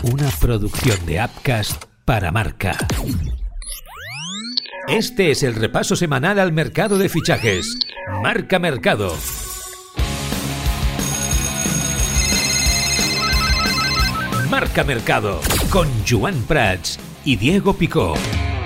Una producción de Appcast para Marca. Este es el repaso semanal al mercado de fichajes. Marca Mercado. Marca Mercado, con Joan Prats y Diego Picó.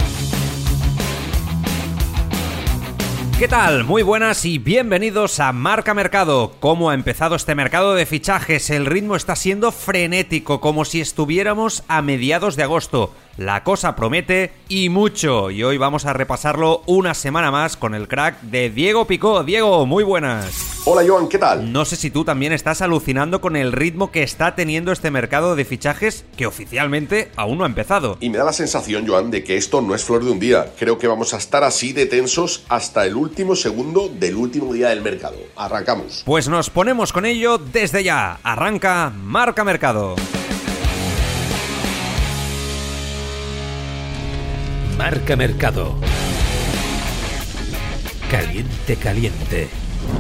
¿Qué tal? Muy buenas y bienvenidos a Marca Mercado. ¿Cómo ha empezado este mercado de fichajes? El ritmo está siendo frenético, como si estuviéramos a mediados de agosto. La cosa promete y mucho, y hoy vamos a repasarlo una semana más con el crack de Diego Picó. Diego, muy buenas. Hola Joan, ¿qué tal? No sé si tú también estás alucinando con el ritmo que está teniendo este mercado de fichajes, que oficialmente aún no ha empezado. Y me da la sensación, Joan, de que esto no es flor de un día. Creo que vamos a estar así de tensos hasta el último segundo del último día del mercado. Arrancamos. Pues nos ponemos con ello desde ya. Arranca Marca Mercado. Marca Mercado. Caliente, caliente.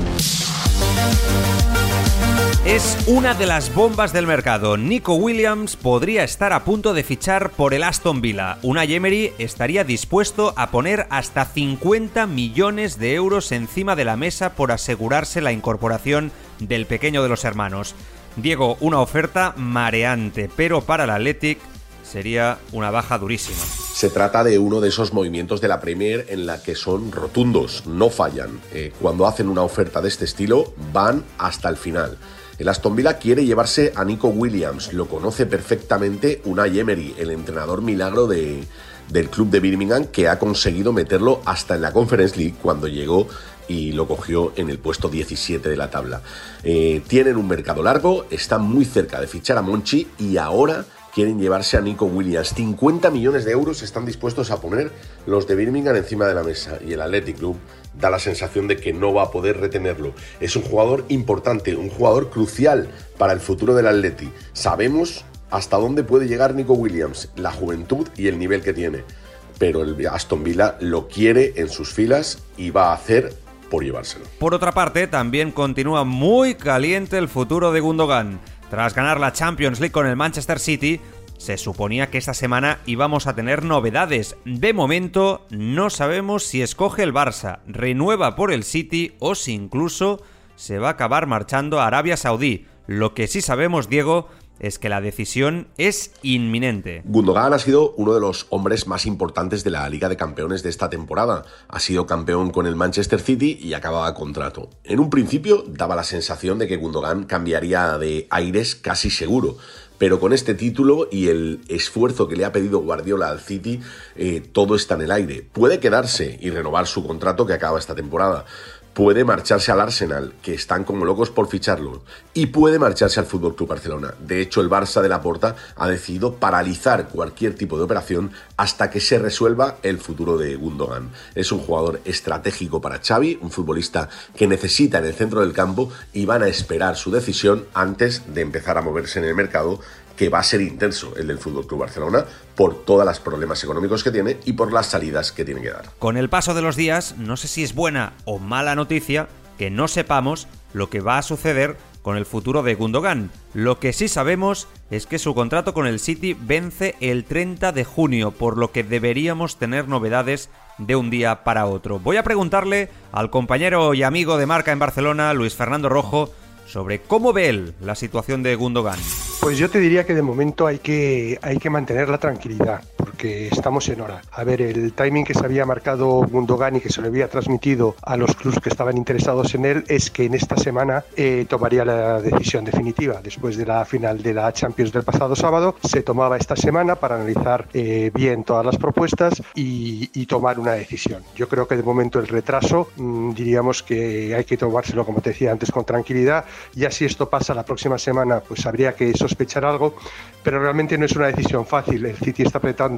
Es una de las bombas del mercado. Nico Williams podría estar a punto de fichar por el Aston Villa. Unai Emery estaría dispuesto a poner hasta 50 millones de euros encima de la mesa por asegurarse la incorporación del pequeño de los hermanos. Diego, una oferta mareante, pero para el Athletic sería una baja durísima. Se trata de uno de esos movimientos de la Premier en la que son rotundos, no fallan. Cuando hacen una oferta de este estilo, van hasta el final. El Aston Villa quiere llevarse a Nico Williams, lo conoce perfectamente Unai Emery, el entrenador milagro del club de Birmingham, que ha conseguido meterlo hasta en la Conference League cuando llegó y lo cogió en el puesto 17 de la tabla. Tienen un mercado largo, están muy cerca de fichar a Monchi y ahora quieren llevarse a Nico Williams. 50 millones de euros están dispuestos a poner los de Birmingham encima de la mesa, y el Athletic Club da la sensación de que no va a poder retenerlo. Es un jugador importante, un jugador crucial para el futuro del Athletic. Sabemos hasta dónde puede llegar Nico Williams, la juventud y el nivel que tiene, pero el Aston Villa lo quiere en sus filas y va a hacer por llevárselo. Por otra parte, también continúa muy caliente el futuro de Gundogan. Tras ganar la Champions League con el Manchester City, se suponía que esta semana íbamos a tener novedades. De momento, no sabemos si escoge el Barça, renueva por el City o si incluso se va a acabar marchando a Arabia Saudí. Lo que sí sabemos, Diego, es que la decisión es inminente. Gundogan ha sido uno de los hombres más importantes de la Liga de Campeones de esta temporada. Ha sido campeón con el Manchester City y acababa contrato. En un principio daba la sensación de que Gundogan cambiaría de aires casi seguro, pero con este título y el esfuerzo que le ha pedido Guardiola al City, todo está en el aire. Puede quedarse y renovar su contrato que acaba esta temporada. Puede marcharse al Arsenal, que están como locos por ficharlo, y puede marcharse al FC Barcelona. De hecho, el Barça de Laporta ha decidido paralizar cualquier tipo de operación hasta que se resuelva el futuro de Gundogan. Es un jugador estratégico para Xavi, un futbolista que necesita en el centro del campo, y van a esperar su decisión antes de empezar a moverse en el mercado, que va a ser intenso el del FC Barcelona por todos los problemas económicos que tiene y por las salidas que tiene que dar. Con el paso de los días, no sé si es buena o mala noticia que no sepamos lo que va a suceder con el futuro de Gundogan. Lo que sí sabemos es que su contrato con el City vence el 30 de junio, por lo que deberíamos tener novedades de un día para otro. Voy a preguntarle al compañero y amigo de Marca en Barcelona, Luis Fernando Rojo, sobre cómo ve él la situación de Gundogan. Pues yo te diría que de momento hay que mantener la tranquilidad, porque estamos en hora. A ver, el timing que se había marcado Gundogan y que se le había transmitido a los clubes que estaban interesados en él es que en esta semana tomaría la decisión definitiva. Después de la final de la Champions del pasado sábado, se tomaba esta semana para analizar bien todas las propuestas y tomar una decisión. Yo creo que de momento el retraso, diríamos que hay que tomárselo, como te decía antes, con tranquilidad. Ya si esto pasa la próxima semana, pues habría que sospechar algo, pero realmente no es una decisión fácil. El City está apretando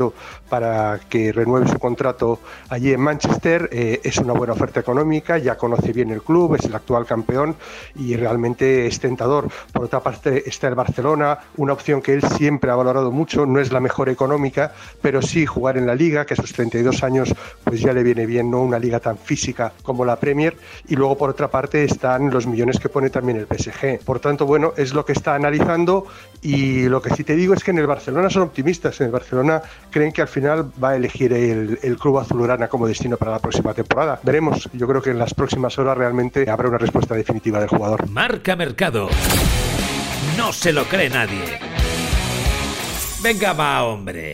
dinero para que renueve su contrato allí en Manchester. Es una buena oferta económica, ya conoce bien el club, es el actual campeón y realmente es tentador. Por otra parte está el Barcelona, una opción que él siempre ha valorado mucho, no es la mejor económica, pero sí jugar en la Liga, que a sus 32 años pues ya le viene bien, no una liga tan física como la Premier. Y luego por otra parte están los millones que pone también el PSG. Por tanto, bueno, es lo que está analizando, y lo que sí te digo es que en el Barcelona son optimistas. En el Barcelona creen que al final va a elegir el club azulgrana como destino para la próxima temporada. Veremos, yo creo que en las próximas horas realmente habrá una respuesta definitiva del jugador. Marca Mercado. No se lo cree nadie. Venga, va, hombre.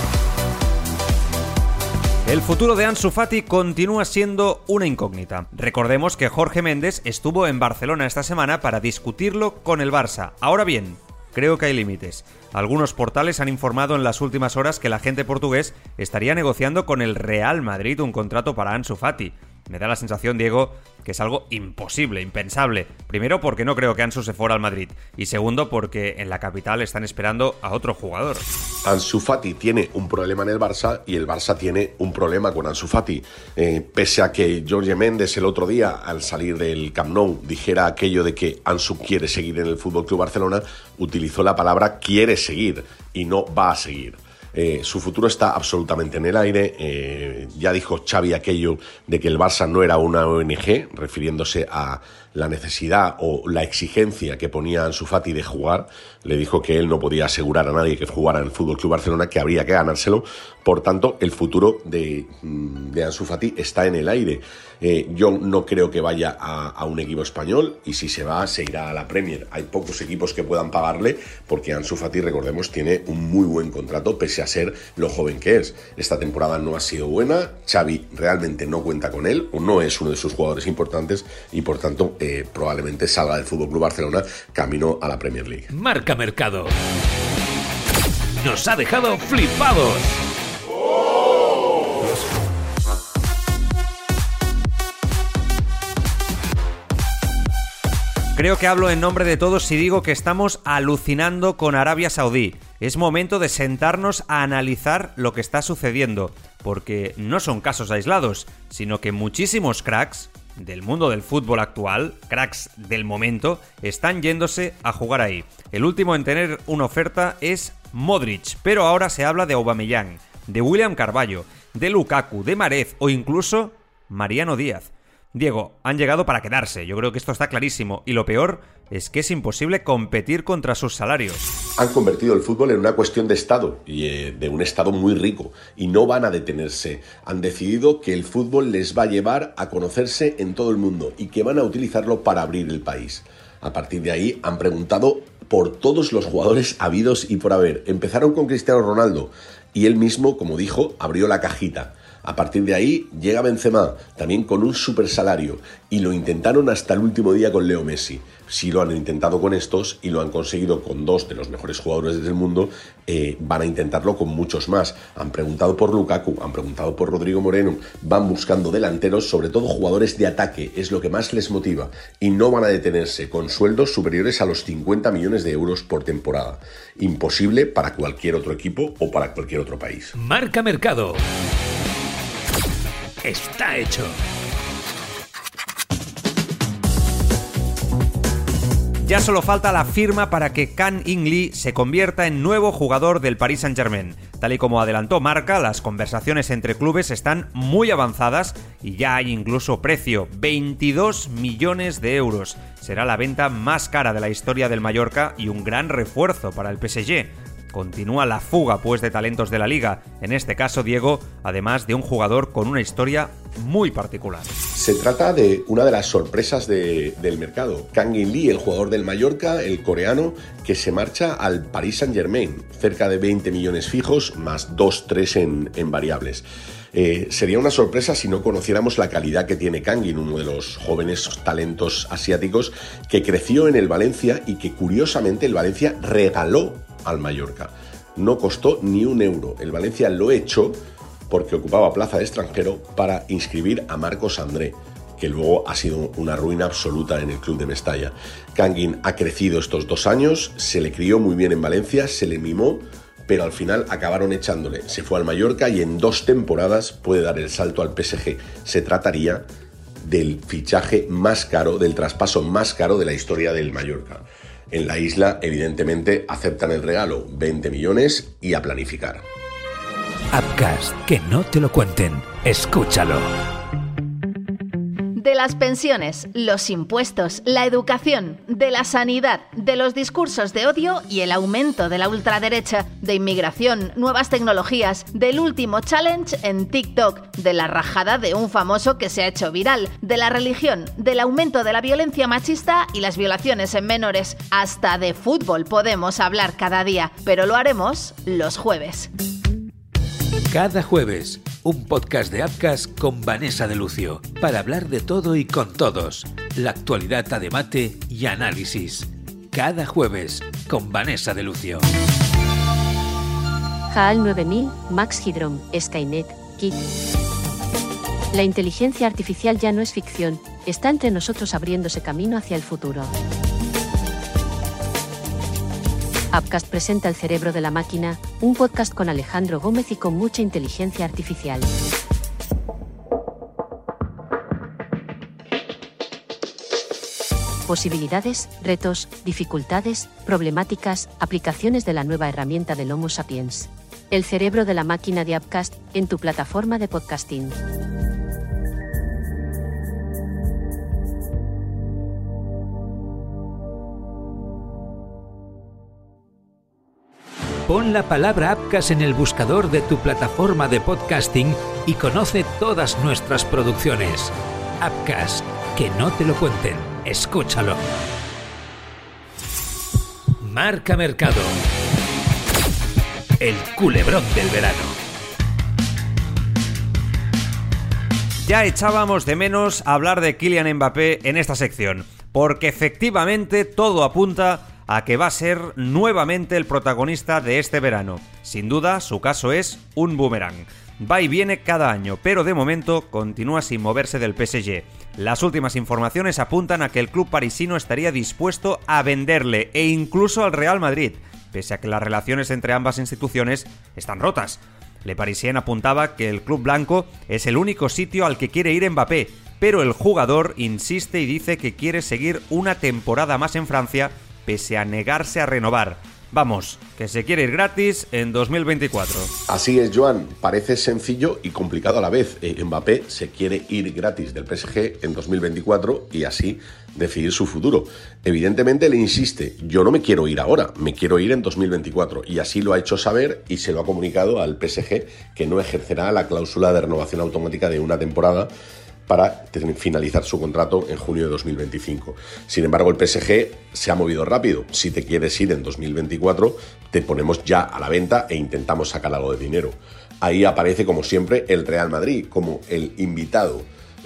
El futuro de Ansu Fati continúa siendo una incógnita. Recordemos que Jorge Méndez estuvo en Barcelona esta semana para discutirlo con el Barça. Ahora bien, creo que hay límites. Algunos portales han informado en las últimas horas que el agente portugués estaría negociando con el Real Madrid un contrato para Ansu Fati. Me da la sensación, Diego, que es algo imposible, impensable. Primero, porque no creo que Ansu se fuera al Madrid. Y segundo, porque en la capital están esperando a otro jugador. Ansu Fati tiene un problema en el Barça y el Barça tiene un problema con Ansu Fati. Pese a que Jorge Méndez el otro día, al salir del Camp Nou, dijera aquello de que Ansu quiere seguir en el FC Barcelona, utilizó la palabra quiere seguir y no va a seguir. Su futuro está absolutamente en el aire. Ya dijo Xavi aquello de que el Barça no era una ONG, refiriéndose a la necesidad o la exigencia que ponía Ansu Fati de jugar. Le dijo que él no podía asegurar a nadie que jugara en el FC Barcelona, que habría que ganárselo. Por tanto, el futuro de Ansu Fati está en el aire. Yo no creo que vaya a un equipo español, y si se va, se irá a la Premier. Hay pocos equipos que puedan pagarle, porque Ansu Fati, recordemos, tiene un muy buen contrato, pese a ser lo joven que es. Esta temporada no ha sido buena, Xavi realmente no cuenta con él, o no es uno de sus jugadores importantes, y por tanto probablemente salga del FC Barcelona camino a la Premier League. Marca Mercado. Nos ha dejado flipados. Creo que hablo en nombre de todos si digo que estamos alucinando con Arabia Saudí. Es momento de sentarnos a analizar lo que está sucediendo, porque no son casos aislados, sino que muchísimos cracks del mundo del fútbol actual, cracks del momento, están yéndose a jugar ahí. El último en tener una oferta es Modric, pero ahora se habla de Aubameyang, de William Carvalho, de Lukaku, de Mahrez o incluso Mariano Díaz. Diego, han llegado para quedarse, yo creo que esto está clarísimo, y lo peor es que es imposible competir contra sus salarios. Han convertido el fútbol en una cuestión de Estado, y de un Estado muy rico, y no van a detenerse. Han decidido que el fútbol les va a llevar a conocerse en todo el mundo y que van a utilizarlo para abrir el país. A partir de ahí han preguntado por todos los jugadores habidos y por haber. Empezaron con Cristiano Ronaldo y él mismo, como dijo, abrió la cajita. A partir de ahí llega Benzema, también con un super salario, y lo intentaron hasta el último día con Leo Messi. Si lo han intentado con estos y lo han conseguido con dos de los mejores jugadores del mundo, van a intentarlo con muchos más. Han preguntado por Lukaku, han preguntado por Rodrigo Moreno, van buscando delanteros, sobre todo jugadores de ataque, es lo que más les motiva, y no van a detenerse con sueldos superiores a los 50 millones de euros por temporada. Imposible para cualquier otro equipo o para cualquier otro país. Marca Mercado. Está hecho. Ya solo falta la firma para que Kang In Lee se convierta en nuevo jugador del Paris Saint-Germain. Tal y como adelantó Marca, las conversaciones entre clubes están muy avanzadas y ya hay incluso precio, 22 millones de euros. Será la venta más cara de la historia del Mallorca y un gran refuerzo para el PSG. Continúa la fuga, pues, de talentos de la liga. En este caso, Diego, además de un jugador con una historia muy particular. Se trata de una de las sorpresas del mercado. Kang In Lee, el jugador del Mallorca, el coreano, que se marcha al Paris Saint-Germain. Cerca de 20 millones fijos, más 2-3 en variables. Sería una sorpresa si no conociéramos la calidad que tiene Kang In, uno de los jóvenes talentos asiáticos que creció en el Valencia y que, curiosamente, el Valencia regaló al Mallorca. No costó ni un euro. El Valencia lo echó porque ocupaba plaza de extranjero para inscribir a Marcos André, que luego ha sido una ruina absoluta en el club de Mestalla. Kang In ha crecido estos 2 años, se le crió muy bien en Valencia, se le mimó, pero al final acabaron echándole. Se fue al Mallorca y en 2 temporadas puede dar el salto al PSG. Se trataría del fichaje más caro, del traspaso más caro de la historia del Mallorca. En la isla, evidentemente, aceptan el regalo, 20 millones y a planificar. Upcast, que no te lo cuenten, escúchalo. De las pensiones, los impuestos, la educación, de la sanidad, de los discursos de odio y el aumento de la ultraderecha, de inmigración, nuevas tecnologías, del último challenge en TikTok, de la rajada de un famoso que se ha hecho viral, de la religión, del aumento de la violencia machista y las violaciones en menores. Hasta de fútbol podemos hablar cada día, pero lo haremos los jueves. Cada jueves, un podcast de Upcast con Vanessa de Lucio, para hablar de todo y con todos, la actualidad a debate y análisis. Cada jueves, con Vanessa de Lucio. HAL 9000, Max Hydron, Skynet, Kit. La inteligencia artificial ya no es ficción, está entre nosotros abriéndose camino hacia el futuro. Upcast presenta El cerebro de la máquina, un podcast con Alejandro Gómez y con mucha inteligencia artificial. Posibilidades, retos, dificultades, problemáticas, aplicaciones de la nueva herramienta del Homo Sapiens. El cerebro de la máquina de Upcast, en tu plataforma de podcasting. Pon la palabra Upcast en el buscador de tu plataforma de podcasting y conoce todas nuestras producciones. Upcast, que no te lo cuenten, escúchalo. Marca Mercado. El culebrón del verano. Ya echábamos de menos hablar de Kylian Mbappé en esta sección, porque efectivamente todo apunta a que va a ser nuevamente el protagonista de este verano. Sin duda, su caso es un boomerang. Va y viene cada año, pero de momento continúa sin moverse del PSG. Las últimas informaciones apuntan a que el club parisino estaría dispuesto a venderle e incluso al Real Madrid, pese a que las relaciones entre ambas instituciones están rotas. Le Parisien apuntaba que el club blanco es el único sitio al que quiere ir Mbappé, pero el jugador insiste y dice que quiere seguir una temporada más en Francia, pese a negarse a renovar. Vamos, que se quiere ir gratis en 2024. Así es, Joan. Parece sencillo y complicado a la vez. Mbappé se quiere ir gratis del PSG en 2024 y así decidir su futuro. Evidentemente le insiste, yo no me quiero ir ahora, me quiero ir en 2024. Y así lo ha hecho saber y se lo ha comunicado al PSG, que no ejercerá la cláusula de renovación automática de una temporada para finalizar su contrato en junio de 2025. Sin embargo, el PSG se ha movido rápido. Si te quieres ir en 2024, te ponemos ya a la venta e intentamos sacar algo de dinero. Ahí aparece, como siempre, el Real Madrid como el invitado.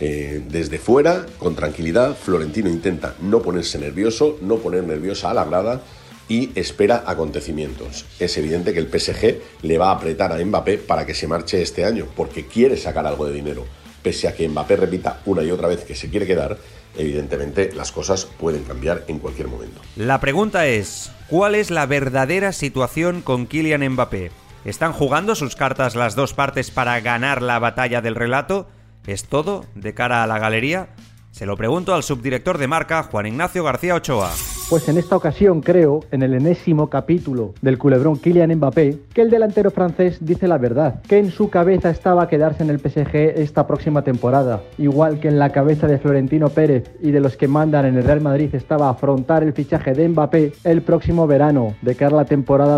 Desde fuera, con tranquilidad, Florentino intenta no ponerse nervioso, no poner nerviosa a la grada y espera acontecimientos. Es evidente que el PSG le va a apretar a Mbappé para que se marche este año, porque quiere sacar algo de dinero. Pese a que Mbappé repita una y otra vez que se quiere quedar, evidentemente las cosas pueden cambiar en cualquier momento. La pregunta es, ¿cuál es la verdadera situación con Kylian Mbappé? ¿Están jugando sus cartas las dos partes para ganar la batalla del relato? ¿Es todo de cara a la galería? Se lo pregunto al subdirector de Marca, Juan Ignacio García Ochoa. Pues en esta ocasión creo, en el enésimo capítulo del culebrón Kylian Mbappé, que el delantero francés dice la verdad, que en su cabeza estaba quedarse en el PSG esta próxima temporada, igual que en la cabeza de Florentino Pérez y de los que mandan en el Real Madrid estaba afrontar el fichaje de Mbappé el próximo verano, de cara a la temporada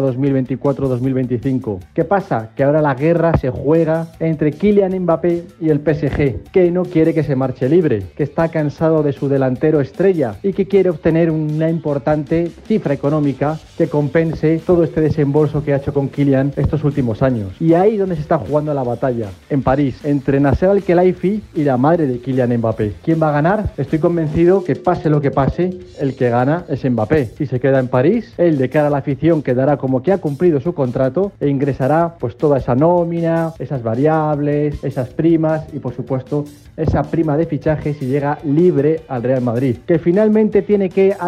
2024-2025. ¿Qué pasa? Que ahora la guerra se juega entre Kylian Mbappé y el PSG, que no quiere que se marche libre, que está cansado de su delantero estrella y que quiere obtener una importante cifra económica que compense todo este desembolso que ha hecho con Kylian estos últimos años. Y ahí donde se está jugando la batalla, en París, entre Nasser Al-Khelaifi y la madre de Kylian Mbappé. ¿Quién va a ganar? Estoy convencido que pase lo que pase, el que gana es Mbappé. Si se queda en París, él de cara a la afición quedará como que ha cumplido su contrato e ingresará pues toda esa nómina, esas variables, esas primas y por supuesto esa prima de fichaje si llega libre al Real Madrid, que finalmente tiene que adelantarse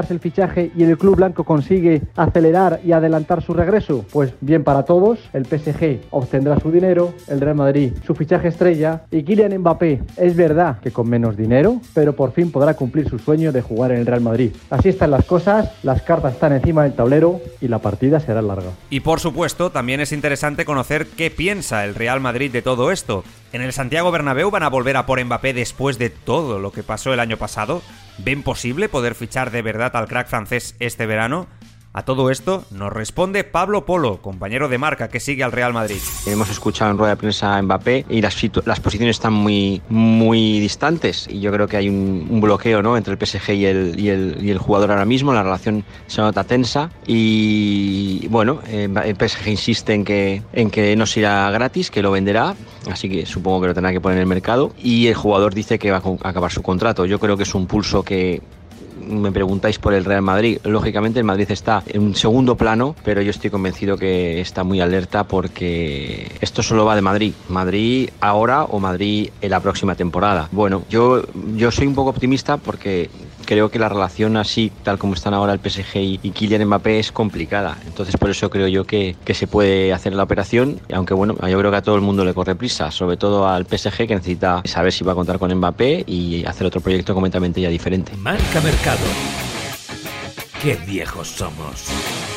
cerrarse el fichaje y el club blanco consigue acelerar y adelantar su regreso, pues bien para todos. El PSG obtendrá su dinero, el Real Madrid su fichaje estrella y Kylian Mbappé, es verdad que con menos dinero, pero por fin podrá cumplir su sueño de jugar en el Real Madrid. Así están las cosas, las cartas están encima del tablero y la partida será larga. Y por supuesto, también es interesante conocer qué piensa el Real Madrid de todo esto. ¿En el Santiago Bernabéu van a volver a por Mbappé después de todo lo que pasó el año pasado? ¿Ven posible poder fichar de verdad al crack francés este verano? A todo esto nos responde Pablo Polo, compañero de Marca que sigue al Real Madrid. Hemos escuchado en rueda de prensa a Mbappé y las posiciones están muy distantes y yo creo que hay un bloqueo, ¿no?, entre el PSG y el jugador ahora mismo. La relación se nota tensa y bueno, el PSG insiste en que no será gratis, que lo venderá, así que supongo que lo tendrá que poner en el mercado, y el jugador dice que va a acabar su contrato. Yo creo que es un pulso que... Me preguntáis por el Real Madrid. Lógicamente el Madrid está en un segundo plano, pero yo estoy convencido que está muy alerta porque esto solo va de Madrid. Madrid ahora o Madrid en la próxima temporada. Bueno, yo soy un poco optimista porque creo que la relación así, tal como están ahora el PSG y Kylian Mbappé, es complicada. Entonces por eso creo yo que se puede hacer la operación, aunque bueno, yo creo que a todo el mundo le corre prisa, sobre todo al PSG, que necesita saber si va a contar con Mbappé y hacer otro proyecto completamente ya diferente. Marca Mercado. ¡Qué viejos somos!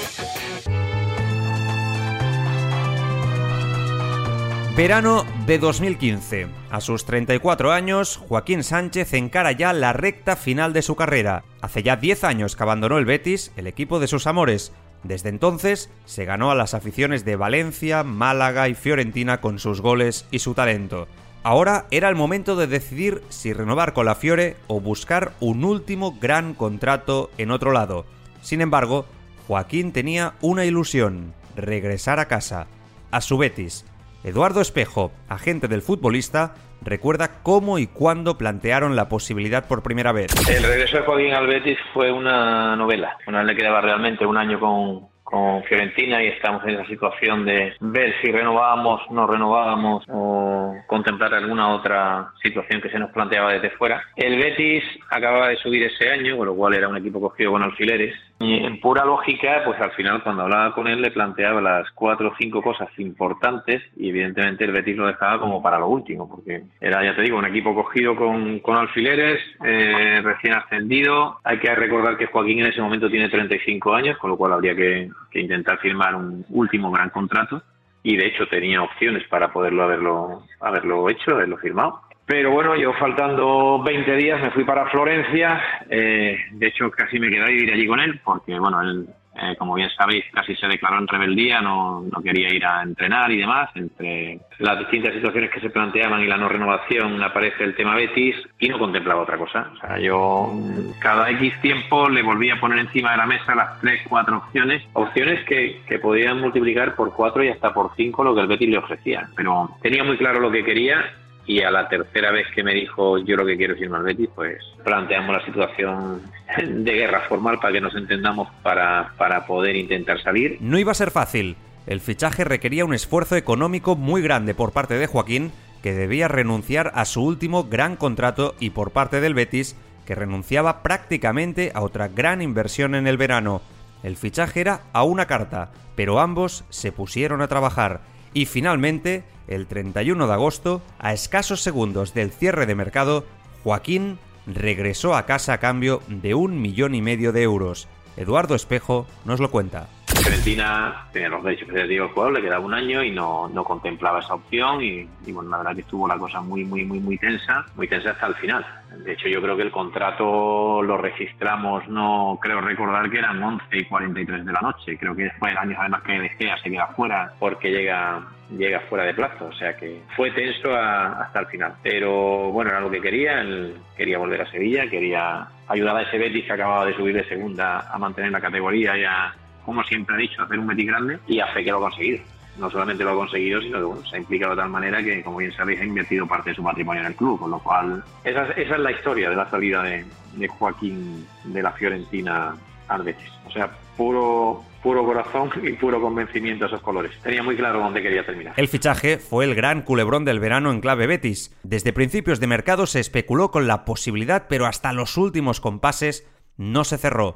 Verano de 2015. A sus 34 años, Joaquín Sánchez encara ya la recta final de su carrera. Hace ya 10 años que abandonó el Betis, el equipo de sus amores. Desde entonces, se ganó a las aficiones de Valencia, Málaga y Fiorentina con sus goles y su talento. Ahora era el momento de decidir si renovar con la Fiore o buscar un último gran contrato en otro lado. Sin embargo, Joaquín tenía una ilusión: regresar a casa, a su Betis. Eduardo Espejo, agente del futbolista, recuerda cómo y cuándo plantearon la posibilidad por primera vez. El regreso de Joaquín al Betis fue una novela. Bueno, le quedaba realmente un año con Fiorentina y estamos en esa situación de ver si renovábamos, no renovábamos o contemplar alguna otra situación que se nos planteaba desde fuera. El Betis acababa de subir ese año, con lo cual era un equipo cogido con alfileres. Y en pura lógica, pues al final cuando hablaba con él le planteaba las 4 o 5 cosas importantes y evidentemente el Betis lo dejaba como para lo último, porque era, ya te digo, un equipo cogido con alfileres, recién ascendido. Hay que recordar que Joaquín en ese momento tiene 35 años, con lo cual habría que intentar firmar un último gran contrato y de hecho tenía opciones para poderlo haberlo hecho, haberlo firmado. Pero bueno, yo faltando 20 días me fui para Florencia, de hecho casi me quedé a vivir allí con él porque bueno, él, como bien sabéis, casi se declaró en rebeldía, no quería ir a entrenar y demás. Entre las distintas situaciones que se planteaban y la no renovación aparece el tema Betis y no contemplaba otra cosa. O sea, yo cada X tiempo le volvía a poner encima de la mesa las 3, 4 opciones que podían multiplicar por 4 y hasta por 5 lo que el Betis le ofrecía. Pero tenía muy claro lo que quería. Y a la tercera vez que me dijo yo lo que quiero es irme al Betis, pues planteamos la situación de guerra formal para que nos entendamos para poder intentar salir. No iba a ser fácil. El fichaje requería un esfuerzo económico muy grande por parte de Joaquín, que debía renunciar a su último gran contrato, y por parte del Betis, que renunciaba prácticamente a otra gran inversión en el verano. El fichaje era a una carta, pero ambos se pusieron a trabajar. Y finalmente, el 31 de agosto, a escasos segundos del cierre de mercado, Joaquín regresó a casa a cambio de 1,5 millones de euros. Eduardo Espejo nos lo cuenta. Fiorentina tenía los derechos federativos del jugador, le quedaba un año y no contemplaba esa opción y bueno, la verdad que estuvo la cosa muy tensa hasta el final. De hecho, yo creo que el contrato lo registramos, no creo recordar que eran 11:43 de la noche. Creo que fue el año además que De Gea se queda fuera porque llega fuera de plazo, o sea que fue tenso hasta el final. Pero bueno, era lo que quería, él quería volver a Sevilla, quería ayudar a ese Betis que acababa de subir de segunda a mantener la categoría y a, como siempre ha dicho, hacer un Betis grande, y a fe que lo ha conseguido. No solamente lo ha conseguido, sino que bueno, se ha implicado de tal manera que, como bien sabéis, ha invertido parte de su patrimonio en el club, con lo cual esa es la historia de la salida de Joaquín de la Fiorentina al Betis. O sea, puro corazón y puro convencimiento a esos colores. Tenía muy claro dónde quería terminar. El fichaje fue el gran culebrón del verano en clave Betis. Desde principios de mercado se especuló con la posibilidad, pero hasta los últimos compases no se cerró.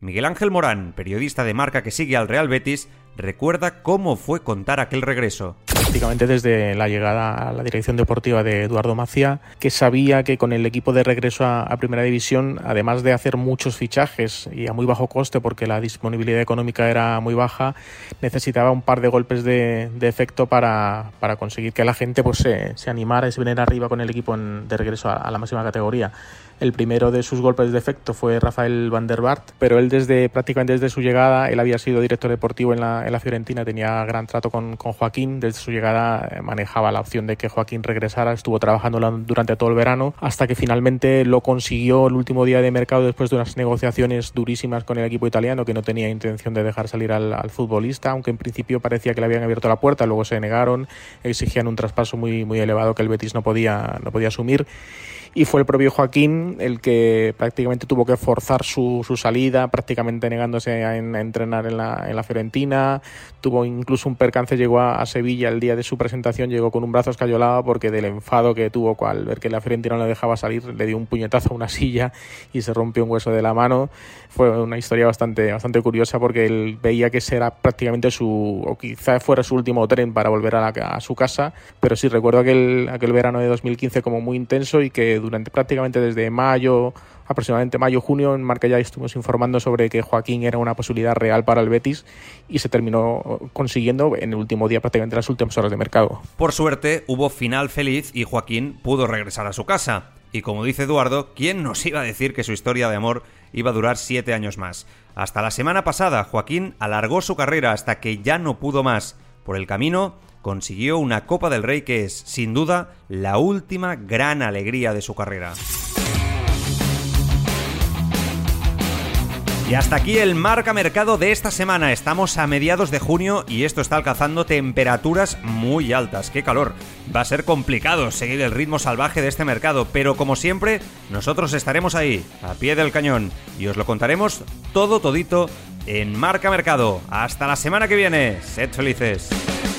Miguel Ángel Morán, periodista de Marca que sigue al Real Betis, recuerda cómo fue contar aquel regreso. Prácticamente desde la llegada a la dirección deportiva de Eduardo Macía, que sabía que con el equipo de regreso a Primera División, además de hacer muchos fichajes y a muy bajo coste porque la disponibilidad económica era muy baja, necesitaba un par de golpes de efecto para conseguir que la gente pues se animara y se viniera arriba con el equipo de regreso a la máxima categoría. El primero de sus golpes de efecto fue Rafael van der Vaart, pero él prácticamente desde su llegada, él había sido director deportivo en la Fiorentina, tenía gran trato con Joaquín. Desde su llegada manejaba la opción de que Joaquín regresara, estuvo trabajando durante todo el verano hasta que finalmente lo consiguió el último día de mercado después de unas negociaciones durísimas con el equipo italiano, que no tenía intención de dejar salir al futbolista, aunque en principio parecía que le habían abierto la puerta, luego se negaron, exigían un traspaso muy, muy elevado que el Betis no podía asumir. Y fue el propio Joaquín el que prácticamente tuvo que forzar su salida, prácticamente negándose a entrenar en la Fiorentina. Tuvo incluso un percance, llegó a Sevilla el día de su presentación, llegó con un brazo escayolado porque del enfado que tuvo al ver que la Fiorentina no le dejaba salir, le dio un puñetazo a una silla y se rompió un hueso de la mano. Fue una historia bastante curiosa porque él veía que ese era prácticamente o quizás fuera su último tren para volver a su casa, pero sí recuerdo aquel verano de 2015 como muy intenso y que durante prácticamente desde aproximadamente mayo-junio, en Marca ya estuvimos informando sobre que Joaquín era una posibilidad real para el Betis y se terminó consiguiendo en el último día, prácticamente las últimas horas de mercado. Por suerte, hubo final feliz y Joaquín pudo regresar a su casa. Y como dice Eduardo, ¿quién nos iba a decir que su historia de amor iba a durar 7 años más? Hasta la semana pasada, Joaquín alargó su carrera hasta que ya no pudo más. Por el camino, consiguió una Copa del Rey que es, sin duda, la última gran alegría de su carrera. Y hasta aquí el Marca Mercado de esta semana. Estamos a mediados de junio y esto está alcanzando temperaturas muy altas. ¡Qué calor! Va a ser complicado seguir el ritmo salvaje de este mercado, pero como siempre, nosotros estaremos ahí, a pie del cañón, y os lo contaremos todito en Marca Mercado. Hasta la semana que viene. Sed felices.